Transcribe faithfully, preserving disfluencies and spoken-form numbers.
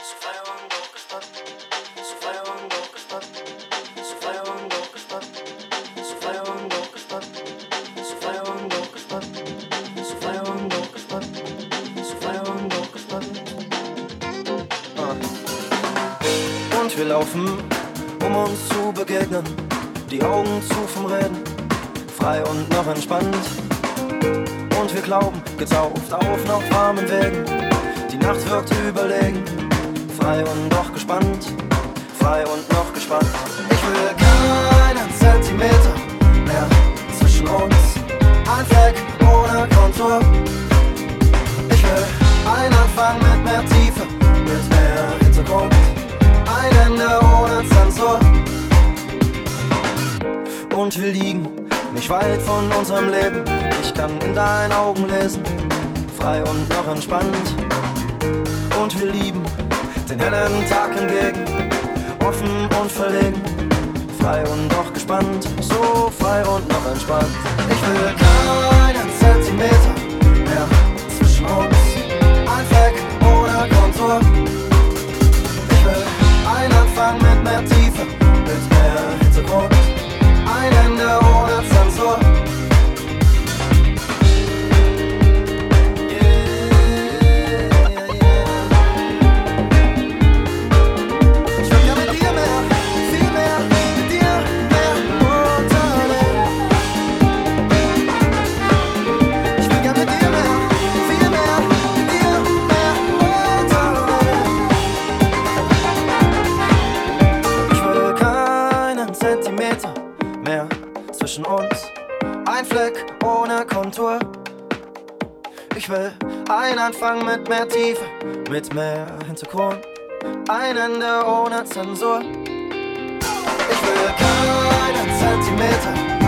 so frei und hochgespannt, so frei und hochgespannt, so frei und hochgespannt, so frei und hochgespannt, so frei und hochgespannt, so frei und hochgespannt, so frei und hochgespannt. Und wir laufen, um uns zu begegnen, die Augen zu vom Reden, frei und noch entspannt. Und wir glauben, getauft auf noch warmen Wegen, die Nacht wird überlegen, frei und doch gespannt, frei und noch gespannt. Ich will keinen Zentimeter mehr zwischen uns, ein Fleck ohne Kontur. Ich will einen Anfang mit mehr Tiefe, mit mehr Hintergrund, ein Ende ohne Zensur. Und wir liegen nicht weit von unserem Leben, ich kann in deinen Augen lesen, frei und noch entspannt. Und wir lieben den hellen Tag entgegen, offen und verlegen, frei und doch gespannt, so frei und noch entspannt. Ich will keinen Zentimeter mehr zwischen uns, ein Fleck ohne Kontur. Ich will einen Anfang mit mehr Tiefe, mit mehr Hintergrund, ein Ende ohne Zensur. Ein Fleck ohne Kontur. Ich will einen Anfang mit mehr Tiefe, mit mehr Hintergrund, ein Ende ohne Zensur. Ich will keinen Zentimeter